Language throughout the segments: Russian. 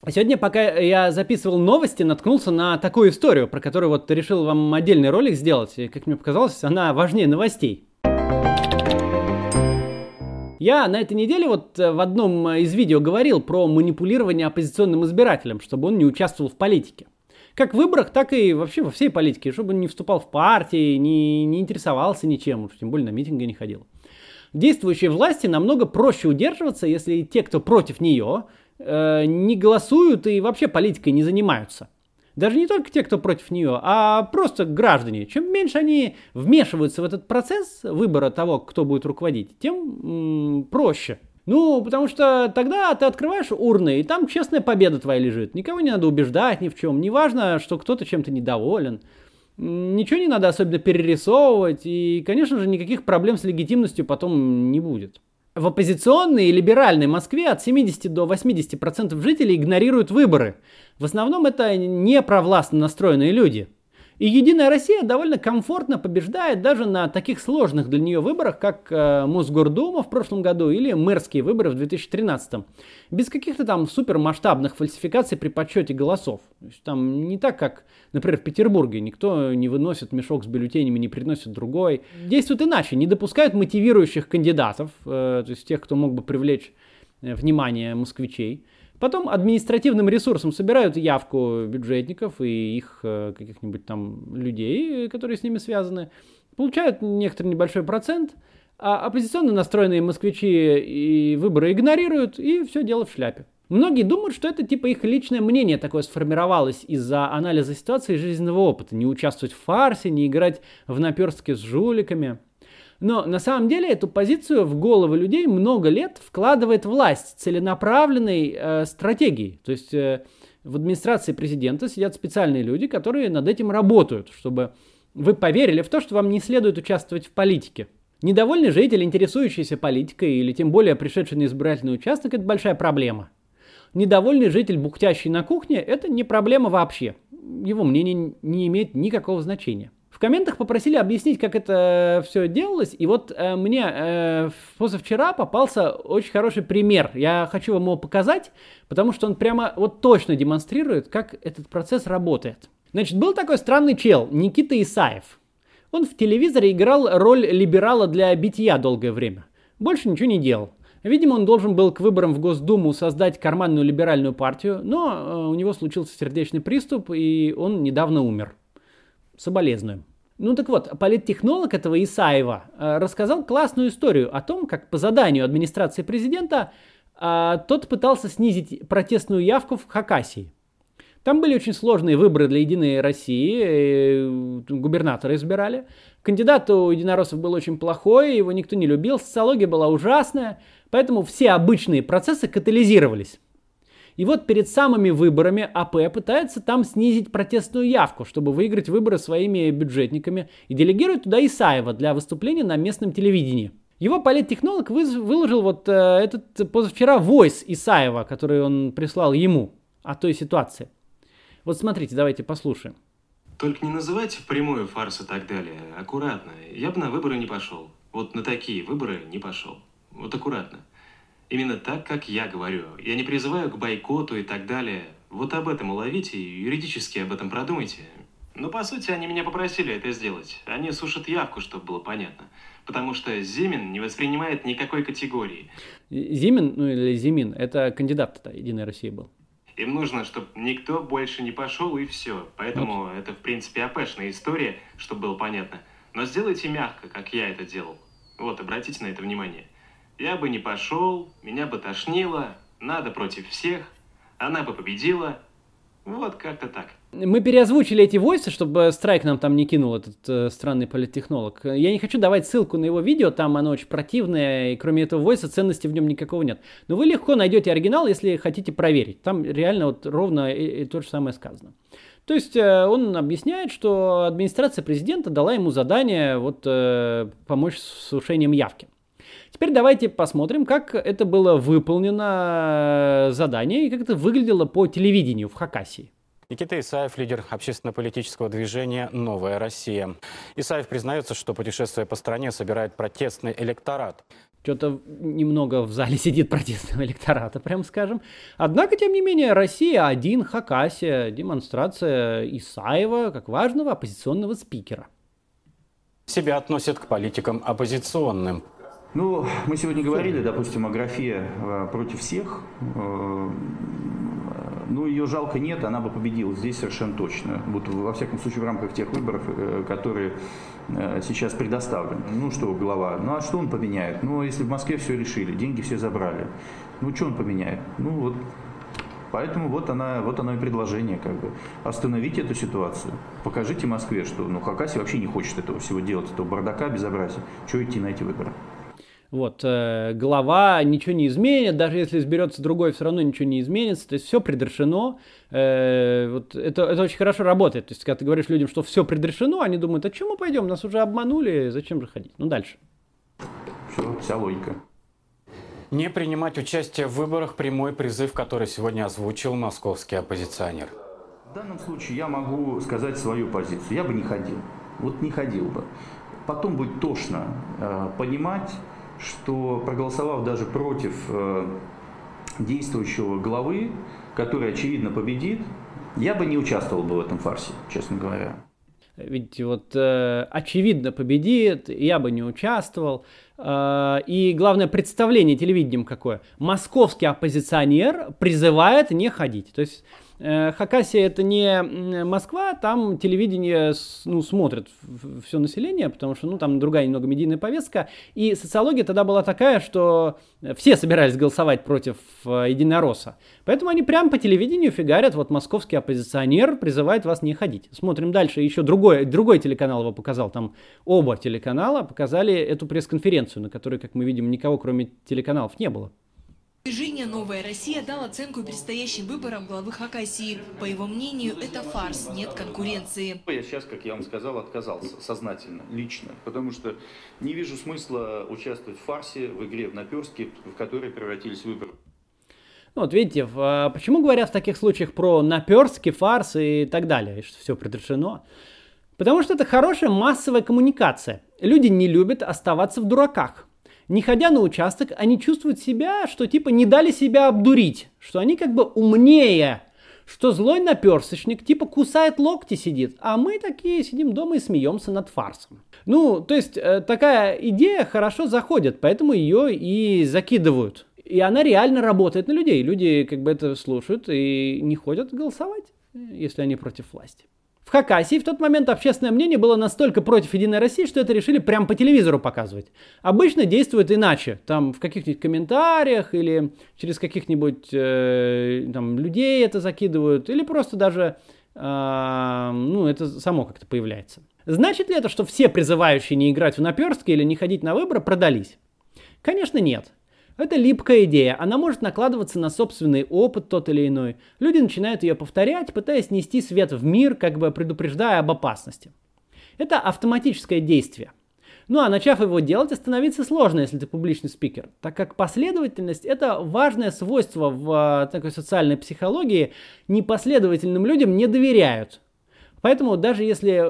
Сегодня, пока я записывал новости, наткнулся на такую историю, про которую вот решил вам отдельный ролик сделать. И, как мне показалось, она важнее новостей. Я на этой неделе вот в одном из видео говорил про манипулирование оппозиционным избирателем, чтобы он не участвовал в политике. Как в выборах, так и вообще во всей политике, чтобы он не вступал в партии, не интересовался ничем, уж тем более на митинги не ходил. Действующей власти намного проще удерживаться, если те, кто против нее, не голосуют и вообще политикой не занимаются. Даже не только те, кто против нее, а просто граждане. Чем меньше они вмешиваются в этот процесс выбора того, кто будет руководить, тем проще. Ну, потому что тогда ты открываешь урны, и там честная победа твоя лежит. Никого не надо убеждать ни в чем. Не важно, что кто-то чем-то недоволен. Ничего не надо особенно перерисовывать. И, конечно же, никаких проблем с легитимностью потом не будет. В оппозиционной и либеральной Москве от 70 до 80% жителей игнорируют выборы. В основном это не провластно настроенные люди. И Единая Россия довольно комфортно побеждает даже на таких сложных для нее выборах, как Мосгордума в прошлом году или мэрские выборы в 2013. Без каких-то там супермасштабных фальсификаций при подсчете голосов. То есть, там не так, как, например, в Петербурге. Никто не выносит мешок с бюллетенями, не приносит другой. Действуют иначе, не допускают мотивирующих кандидатов, то есть тех, кто мог бы привлечь внимание москвичей. Потом административным ресурсом собирают явку бюджетников и их каких-нибудь там людей, которые с ними связаны. Получают некоторый небольшой процент, а оппозиционно настроенные москвичи и выборы игнорируют, и все дело в шляпе. Многие думают, что это типа их личное мнение такое сформировалось из-за анализа ситуации и жизненного опыта. Не участвовать в фарсе, не играть в наперстки с жуликами. Но на самом деле эту позицию в головы людей много лет вкладывает власть целенаправленной стратегией. То есть в администрации президента сидят специальные люди, которые над этим работают, чтобы вы поверили в то, что вам не следует участвовать в политике. Недовольный житель, интересующийся политикой или тем более пришедший на избирательный участок, это большая проблема. Недовольный житель, бухтящий на кухне, это не проблема вообще. Его мнение не имеет никакого значения. В комментах попросили объяснить, как это все делалось, и вот мне позавчера попался очень хороший пример. Я хочу вам его показать, потому что он прямо вот точно демонстрирует, как этот процесс работает. Значит, был такой странный чел, Никита Исаев. Он в телевизоре играл роль либерала для битья долгое время. Больше ничего не делал. Видимо, он должен был к выборам в Госдуму создать карманную либеральную партию, но у него случился сердечный приступ, и он недавно умер. Соболезную. Ну так вот, политтехнолог этого Исаева рассказал классную историю о том, как по заданию администрации президента тот пытался снизить протестную явку в Хакасии. Там были очень сложные выборы для Единой России, губернатора избирали. Кандидат у единороссов был очень плохой, его никто не любил, социология была ужасная, поэтому все обычные процессы катализировались. И вот перед самыми выборами АП пытается там снизить протестную явку, чтобы выиграть выборы своими бюджетниками, и делегирует туда Исаева для выступления на местном телевидении. Его политтехнолог выложил вот этот позавчера войс Исаева, который он прислал ему о той ситуации. Вот смотрите, давайте послушаем. Только не называйте впрямую фарс и так далее. Аккуратно. Я бы на выборы не пошел. Вот на такие выборы не пошел. Вот аккуратно. Именно так, как я говорю. Я не призываю к бойкоту и так далее. Вот об этом уловите и юридически об этом продумайте. Но по сути они меня попросили это сделать. Они сушат явку, чтобы было понятно. Потому что Зимин не воспринимает никакой категории. Зимин, ну или Зимин, это кандидат Единой России был. Им нужно, чтобы никто больше не пошел, и все. Поэтому вот. Это, в принципе, АПшная история, чтобы было понятно. Но сделайте мягко, как я это делал. Вот, обратите на это внимание. Я бы не пошел, меня бы тошнило, надо против всех, она бы победила. Вот как-то так. Мы переозвучили эти войсы, чтобы Страйк нам там не кинул, этот странный политтехнолог. Я не хочу давать ссылку на его видео, там оно очень противное, и кроме этого войса ценности в нем никакого нет. Но вы легко найдете оригинал, если хотите проверить. Там реально вот ровно и то же самое сказано. То есть он объясняет, что администрация президента дала ему задание вот, помочь с сушением явки. Теперь давайте посмотрим, как это было выполнено задание и как это выглядело по телевидению в Хакасии. Никита Исаев, лидер общественно-политического движения «Новая Россия». Исаев признается, что путешествие по стране собирает протестный электорат. Что-то немного в зале сидит протестного электората, прям скажем. Однако, тем не менее, Россия-1, Хакасия, демонстрация Исаева как важного оппозиционного спикера. Себя относят к политикам оппозиционным. Ну, мы сегодня говорили, допустим, о графе против всех. Ну, ее жалко нет, она бы победила здесь совершенно точно. Вот, во всяком случае, в рамках тех выборов, которые сейчас предоставлены. Ну, что глава? Ну, а что он поменяет? Ну, если в Москве все решили, деньги все забрали. Ну, что он поменяет? Ну, вот. Поэтому вот оно и предложение, как бы. Остановите эту ситуацию. Покажите Москве, что Хакасия вообще не хочет этого всего делать, этого бардака, безобразия. Чего идти на эти выборы? Вот, глава ничего не изменит, даже если изберется другой, все равно ничего не изменится, то есть все предрешено, вот это очень хорошо работает, то есть когда ты говоришь людям, что все предрешено, они думают, а чем мы пойдем, нас уже обманули, зачем же ходить, ну дальше. Все, вся логика. Не принимать участие в выборах — прямой призыв, который сегодня озвучил московский оппозиционер. В данном случае я могу сказать свою позицию, я бы не ходил, вот не ходил бы. Потом будет тошно понимать, что проголосовав даже против действующего главы, который очевидно победит, я бы не участвовал бы в этом фарсе, честно говоря. Ведь вот очевидно победит, я бы не участвовал. И главное представление телевидением какое. Московский оппозиционер призывает не ходить. То есть Хакасия — это не Москва, там телевидение смотрит все население, потому что там другая немного медийная повестка. И социология тогда была такая, что все собирались голосовать против Единоросса. Поэтому они прямо по телевидению фигарят, вот московский оппозиционер призывает вас не ходить. Смотрим дальше, еще другой телеканал его показал, там оба телеканала показали эту пресс-конференцию, на которой, как мы видим, никого кроме телеканалов не было. Движение «Новая Россия» дало оценку предстоящим выборам главы Хакасии. По его мнению, это фарс, нет конкуренции. Я сейчас, как я вам сказал, отказался сознательно, лично, потому что не вижу смысла участвовать в фарсе, в игре в наперстки, в которой превратились выборы. Ну, вот видите, почему говорят в таких случаях про наперстки, фарс и так далее, и что все предрешено? Потому что это хорошая массовая коммуникация. Люди не любят оставаться в дураках. Не ходя на участок, они чувствуют себя, что типа не дали себя обдурить, что они как бы умнее, что злой наперсточник типа кусает локти сидит, а мы такие сидим дома и смеемся над фарсом. Ну, то есть такая идея хорошо заходит, поэтому ее и закидывают. И она реально работает на людей. Люди как бы это слушают и не ходят голосовать, если они против власти. В Хакасии в тот момент общественное мнение было настолько против Единой России, что это решили прямо по телевизору показывать. Обычно действует иначе. Там в каких-нибудь комментариях или через каких-нибудь людей это закидывают. Или просто даже это само как-то появляется. Значит ли это, что все призывающие не играть в наперстки или не ходить на выборы продались? Конечно, нет. Это липкая идея, она может накладываться на собственный опыт тот или иной. Люди начинают ее повторять, пытаясь нести свет в мир, как бы предупреждая об опасности. Это автоматическое действие. Ну а начав его делать, остановиться сложно, если ты публичный спикер, так как последовательность — это важное свойство в такой социальной психологии. Непоследовательным людям не доверяют. Поэтому даже если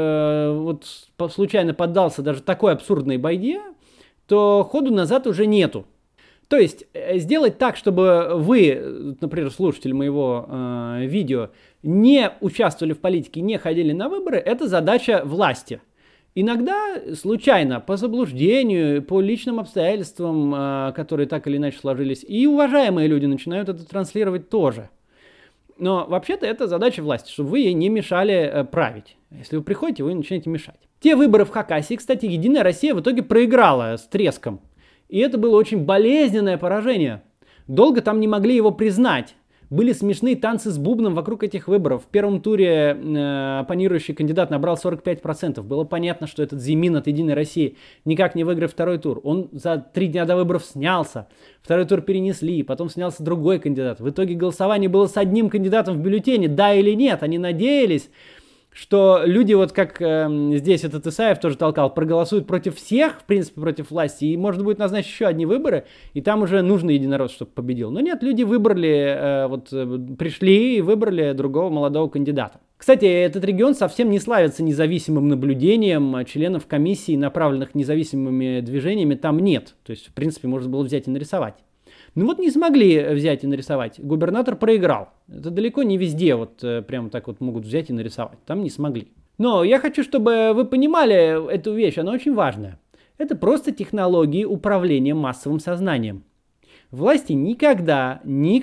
случайно поддался даже такой абсурдной байде, то ходу назад уже нету. То есть сделать так, чтобы вы, например, слушатели моего видео, не участвовали в политике, не ходили на выборы, это задача власти. Иногда случайно, по заблуждению, по личным обстоятельствам, которые так или иначе сложились, и уважаемые люди начинают это транслировать тоже. Но вообще-то это задача власти, чтобы вы ей не мешали править. Если вы приходите, вы начинаете мешать. Те выборы в Хакасии, кстати, Единая Россия в итоге проиграла с треском. И это было очень болезненное поражение. Долго там не могли его признать. Были смешные танцы с бубном вокруг этих выборов. В первом туре оппонирующий кандидат набрал 45%. Было понятно, что этот Зимин от Единой России никак не выиграет второй тур. Он за 3 дня до выборов снялся. Второй тур перенесли, потом снялся другой кандидат. В итоге голосование было с одним кандидатом в бюллетене, да или нет. Они надеялись, что люди, вот как здесь этот Исаев тоже толкал, проголосуют против всех, в принципе, против власти, и можно будет назначить еще одни выборы, и там уже нужный единорос, чтобы победил. Но нет, люди выбрали, пришли и выбрали другого молодого кандидата. Кстати, этот регион совсем не славится независимым наблюдением, членов комиссии, направленных независимыми движениями, там нет. То есть, в принципе, можно было взять и нарисовать. Ну вот не смогли взять и нарисовать. Губернатор проиграл. Это далеко не везде вот прям так вот могут взять и нарисовать. Там не смогли. Но я хочу, чтобы вы понимали эту вещь, она очень важная. Это просто технологии управления массовым сознанием. Власти никогда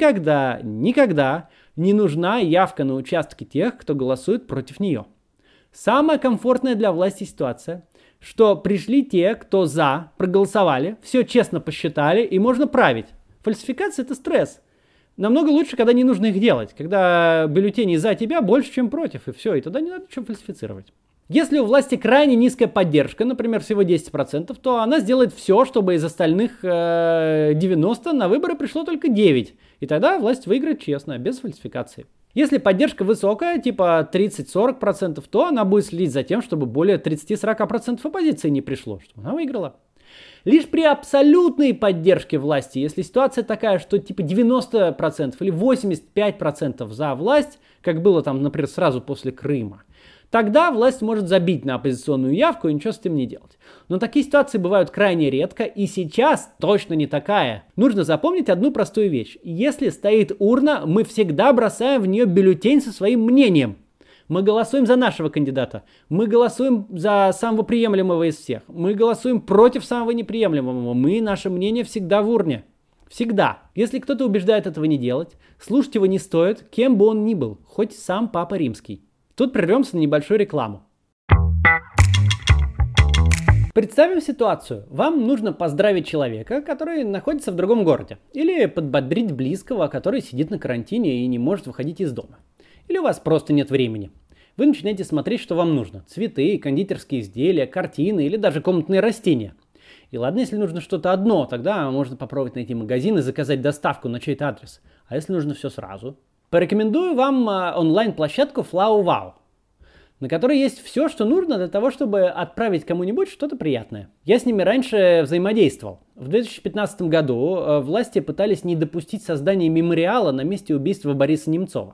не нужна явка на участке тех, кто голосует против нее. Самая комфортная для власти ситуация, что пришли те, кто за, проголосовали, все честно посчитали и можно править. Фальсификация – это стресс. Намного лучше, когда не нужно их делать, когда бюллетеней за тебя больше, чем против, и все, и тогда не надо ничего фальсифицировать. Если у власти крайне низкая поддержка, например, всего 10%, то она сделает все, чтобы из остальных 90 на выборы пришло только 9, и тогда власть выиграет честно, без фальсификации. Если поддержка высокая, типа 30-40%, то она будет следить за тем, чтобы более 30-40% оппозиции не пришло, чтобы она выиграла. Лишь при абсолютной поддержке власти, если ситуация такая, что типа 90% или 85% за власть, как было там, например, сразу после Крыма, тогда власть может забить на оппозиционную явку и ничего с этим не делать. Но такие ситуации бывают крайне редко, и сейчас точно не такая. Нужно запомнить одну простую вещь. Если стоит урна, мы всегда бросаем в нее бюллетень со своим мнением. Мы голосуем за нашего кандидата. Мы голосуем за самого приемлемого из всех. Мы голосуем против самого неприемлемого. Наше мнение всегда в урне. Всегда. Если кто-то убеждает этого не делать, слушать его не стоит, кем бы он ни был, хоть сам Папа Римский. Тут прервемся на небольшую рекламу. Представим ситуацию. Вам нужно поздравить человека, который находится в другом городе. Или подбодрить близкого, который сидит на карантине и не может выходить из дома. Или у вас просто нет времени. Вы начинаете смотреть, что вам нужно. Цветы, кондитерские изделия, картины или даже комнатные растения. И ладно, если нужно что-то одно, тогда можно попробовать найти магазин и заказать доставку на чей-то адрес. А если нужно все сразу? Порекомендую вам онлайн-площадку FlowWow, на которой есть все, что нужно для того, чтобы отправить кому-нибудь что-то приятное. Я с ними раньше взаимодействовал. В 2015 году власти пытались не допустить создания мемориала на месте убийства Бориса Немцова.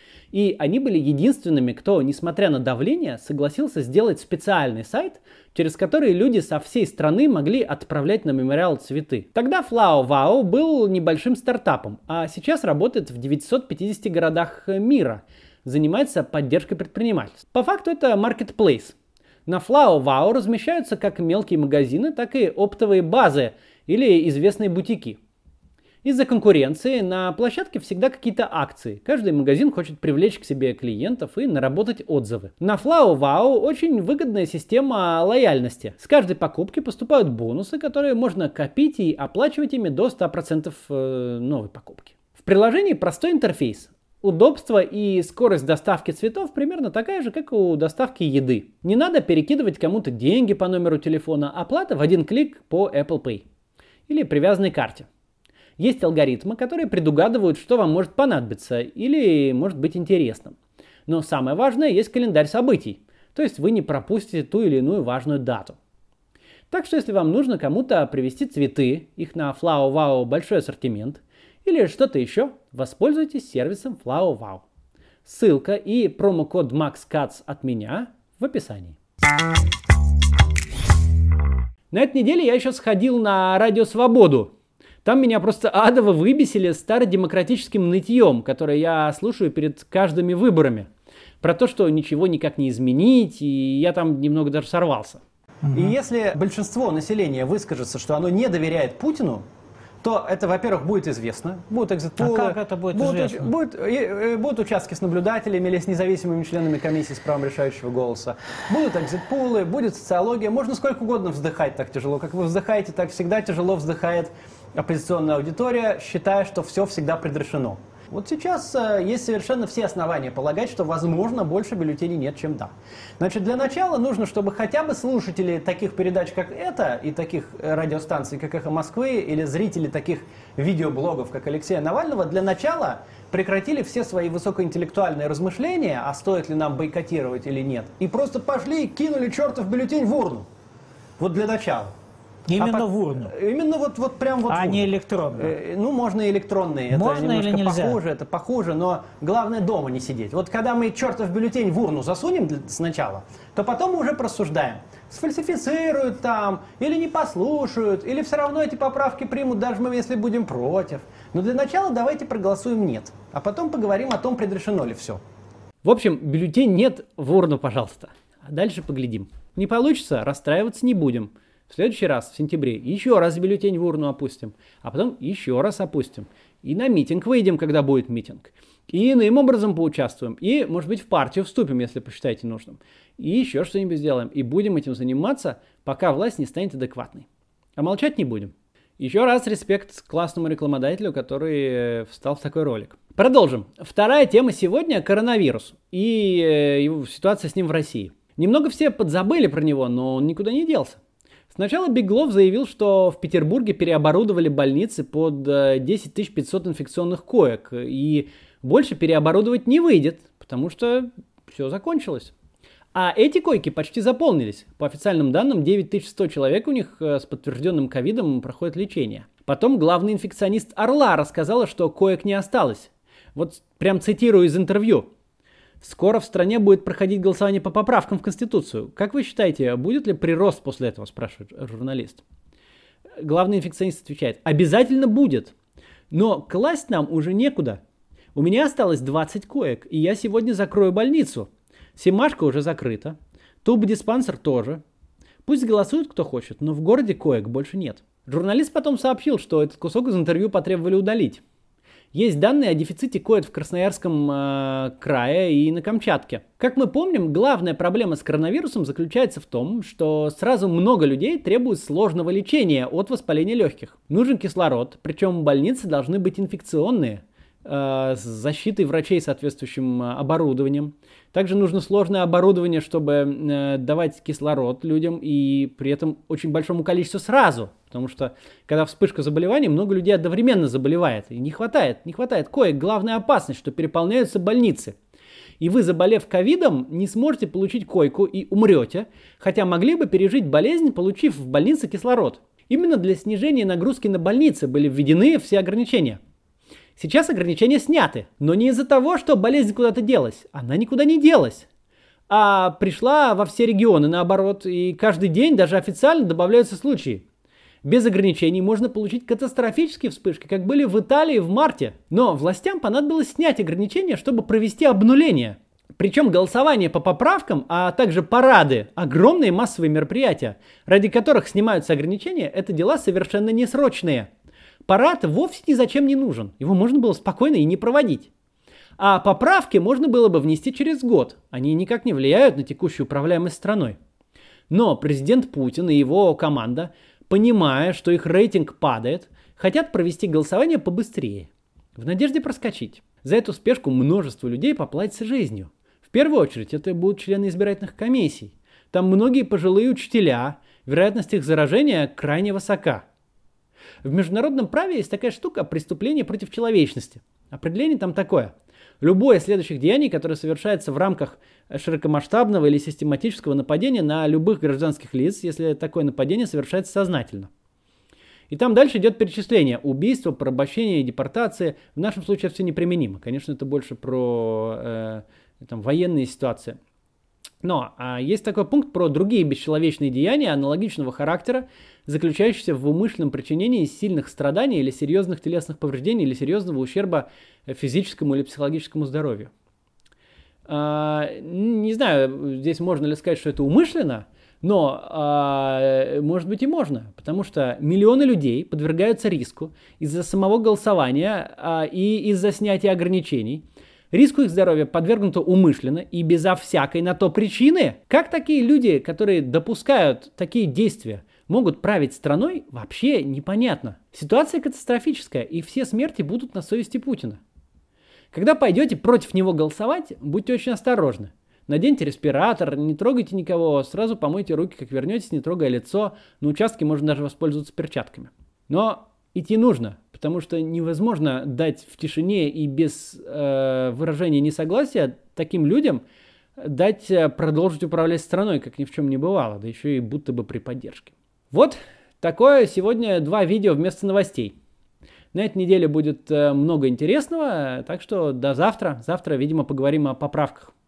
И они были единственными, кто, несмотря на давление, согласился сделать специальный сайт, через который люди со всей страны могли отправлять на мемориал цветы. Тогда FlowWow был небольшим стартапом, а сейчас работает в 950 городах мира. Занимается поддержкой предпринимательств. По факту это marketplace. На FlowWow размещаются как мелкие магазины, так и оптовые базы или известные бутики. Из-за конкуренции на площадке всегда какие-то акции. Каждый магазин хочет привлечь к себе клиентов и наработать отзывы. На FlowWow очень выгодная система лояльности. С каждой покупки поступают бонусы, которые можно копить и оплачивать ими до 100% новой покупки. В приложении простой интерфейс. Удобство и скорость доставки цветов примерно такая же, как у доставки еды. Не надо перекидывать кому-то деньги по номеру телефона, оплата в один клик по Apple Pay или привязанной карте. Есть алгоритмы, которые предугадывают, что вам может понадобиться или может быть интересным. Но самое важное, есть календарь событий, то есть вы не пропустите ту или иную важную дату. Так что если вам нужно кому-то привезти цветы, их на FlowWow большой ассортимент, или что-то еще, воспользуйтесь сервисом FlowWow. Ссылка и промокод MaxCuts от меня в описании. На этой неделе я еще сходил на Радио Свободу. Там меня просто адово выбесили стародемократическим нытьем, которое я слушаю перед каждыми выборами. Про то, что ничего никак не изменить, и я там немного даже сорвался. И если большинство населения выскажется, что оно не доверяет Путину, то это, во-первых, будет известно. Будут экзит-пулы. А как это будет известно? Будут участки с наблюдателями или с независимыми членами комиссии с правом решающего голоса. Будут экзит-пулы, будет социология. Можно сколько угодно вздыхать так тяжело. Как вы вздыхаете, так всегда тяжело вздыхает оппозиционная аудитория, считая, что все всегда предрешено. Вот сейчас есть совершенно все основания полагать, что, возможно, больше бюллетеней нет, чем да. Значит, для начала нужно, чтобы хотя бы слушатели таких передач, как это, и таких радиостанций, как «Эхо Москвы», или зрители таких видеоблогов, как Алексея Навального, для начала прекратили все свои высокоинтеллектуальные размышления, а стоит ли нам бойкотировать или нет, и просто пошли и кинули чертов бюллетень в урну. Вот для начала. Именно в урну? Именно вот прям вот в урну. Не электронные? Ну, можно и электронные. Можно это или немножко нельзя? Это похуже, но главное дома не сидеть. Вот когда мы чертов бюллетень в урну засунем сначала, то потом мы уже просуждаем. Сфальсифицируют там, или не послушают, или все равно эти поправки примут, даже мы, если будем против. Но для начала давайте проголосуем «нет», а потом поговорим о том, предрешено ли все. В общем, бюллетень «нет» в урну, пожалуйста. А дальше поглядим. Не получится, расстраиваться не будем. В следующий раз, в сентябре, еще раз бюллетень в урну опустим, а потом еще раз опустим. И на митинг выйдем, когда будет митинг. И иным образом поучаствуем. И, может быть, в партию вступим, если посчитаете нужным. И еще что-нибудь сделаем. И будем этим заниматься, пока власть не станет адекватной. А молчать не будем. Еще раз респект классному рекламодателю, который встал в такой ролик. Продолжим. Вторая тема сегодня – коронавирус. И ситуация с ним в России. Немного все подзабыли про него, но он никуда не делся. Сначала Беглов заявил, что в Петербурге переоборудовали больницы под 10 500 инфекционных коек, и больше переоборудовать не выйдет, потому что все закончилось. А эти койки почти заполнились. По официальным данным, 9100 человек у них с подтвержденным ковидом проходит лечение. Потом главный инфекционист «Орла» рассказала, что коек не осталось. Вот прям цитирую из интервью. «Скоро в стране будет проходить голосование по поправкам в Конституцию. Как вы считаете, будет ли прирост после этого?» – спрашивает журналист. Главный инфекционист отвечает: «Обязательно будет. Но класть нам уже некуда. У меня осталось 20 коек, и я сегодня закрою больницу. Семашко уже закрыта. Тубдиспансер тоже. Пусть голосует кто хочет, но в городе коек больше нет». Журналист потом сообщил, что этот кусок из интервью потребовали удалить. Есть данные о дефиците коек в Красноярском крае и на Камчатке. Как мы помним, главная проблема с коронавирусом заключается в том, что сразу много людей требуют сложного лечения от воспаления легких. Нужен кислород, причем больницы должны быть инфекционные, с защитой врачей соответствующим оборудованием. Также нужно сложное оборудование, чтобы давать кислород людям и при этом очень большому количеству сразу. Потому что когда вспышка заболеваний, много людей одновременно заболевает. И не хватает коек. Главная опасность, что переполняются больницы. И вы, заболев ковидом, не сможете получить койку и умрете, хотя могли бы пережить болезнь, получив в больнице кислород. Именно для снижения нагрузки на больницы были введены все ограничения. Сейчас ограничения сняты, но не из-за того, что болезнь куда-то делась. Она никуда не делась. А пришла во все регионы, наоборот, и каждый день даже официально добавляются случаи. Без ограничений можно получить катастрофические вспышки, как были в Италии в марте. Но властям понадобилось снять ограничения, чтобы провести обнуление. Причем голосование по поправкам, а также парады, огромные массовые мероприятия, ради которых снимаются ограничения, это дела совершенно несрочные. Парад вовсе ни зачем не нужен. Его можно было спокойно и не проводить. А поправки можно было бы внести через год. Они никак не влияют на текущую управляемость страной. Но президент Путин и его команда, понимая, что их рейтинг падает, хотят провести голосование побыстрее, в надежде проскочить. За эту спешку множество людей поплатится жизнью. В первую очередь это будут члены избирательных комиссий. Там многие пожилые учителя, вероятность их заражения крайне высока. В международном праве есть такая штука — преступление против человечности. Определение там такое: любое из следующих деяний, которое совершается в рамках широкомасштабного или систематического нападения на любых гражданских лиц, если такое нападение совершается сознательно. И там дальше идет перечисление: убийство, порабощение, депортация. В нашем случае это все неприменимо. Конечно, это больше про военные ситуации. Но есть такой пункт про другие бесчеловечные деяния аналогичного характера, заключающиеся в умышленном причинении сильных страданий или серьезных телесных повреждений или серьезного ущерба физическому или психологическому здоровью. Не знаю, здесь можно ли сказать, что это умышленно, но может быть и можно, потому что миллионы людей подвергаются риску из-за самого голосования и из-за снятия ограничений. Риску их здоровья подвергнуто умышленно и безо всякой на то причины. Как такие люди, которые допускают такие действия, могут править страной, вообще непонятно. Ситуация катастрофическая, и все смерти будут на совести Путина. Когда пойдете против него голосовать, будьте очень осторожны. Наденьте респиратор, не трогайте никого, сразу помойте руки, как вернетесь, не трогая лицо. На участке можно даже воспользоваться перчатками. Но идти нужно, потому что невозможно дать в тишине и без выражения несогласия таким людям дать продолжить управлять страной, как ни в чем не бывало, да еще и будто бы при поддержке. Вот такое сегодня 2 видео вместо новостей. На этой неделе будет много интересного, так что до завтра. Завтра, видимо, поговорим о поправках.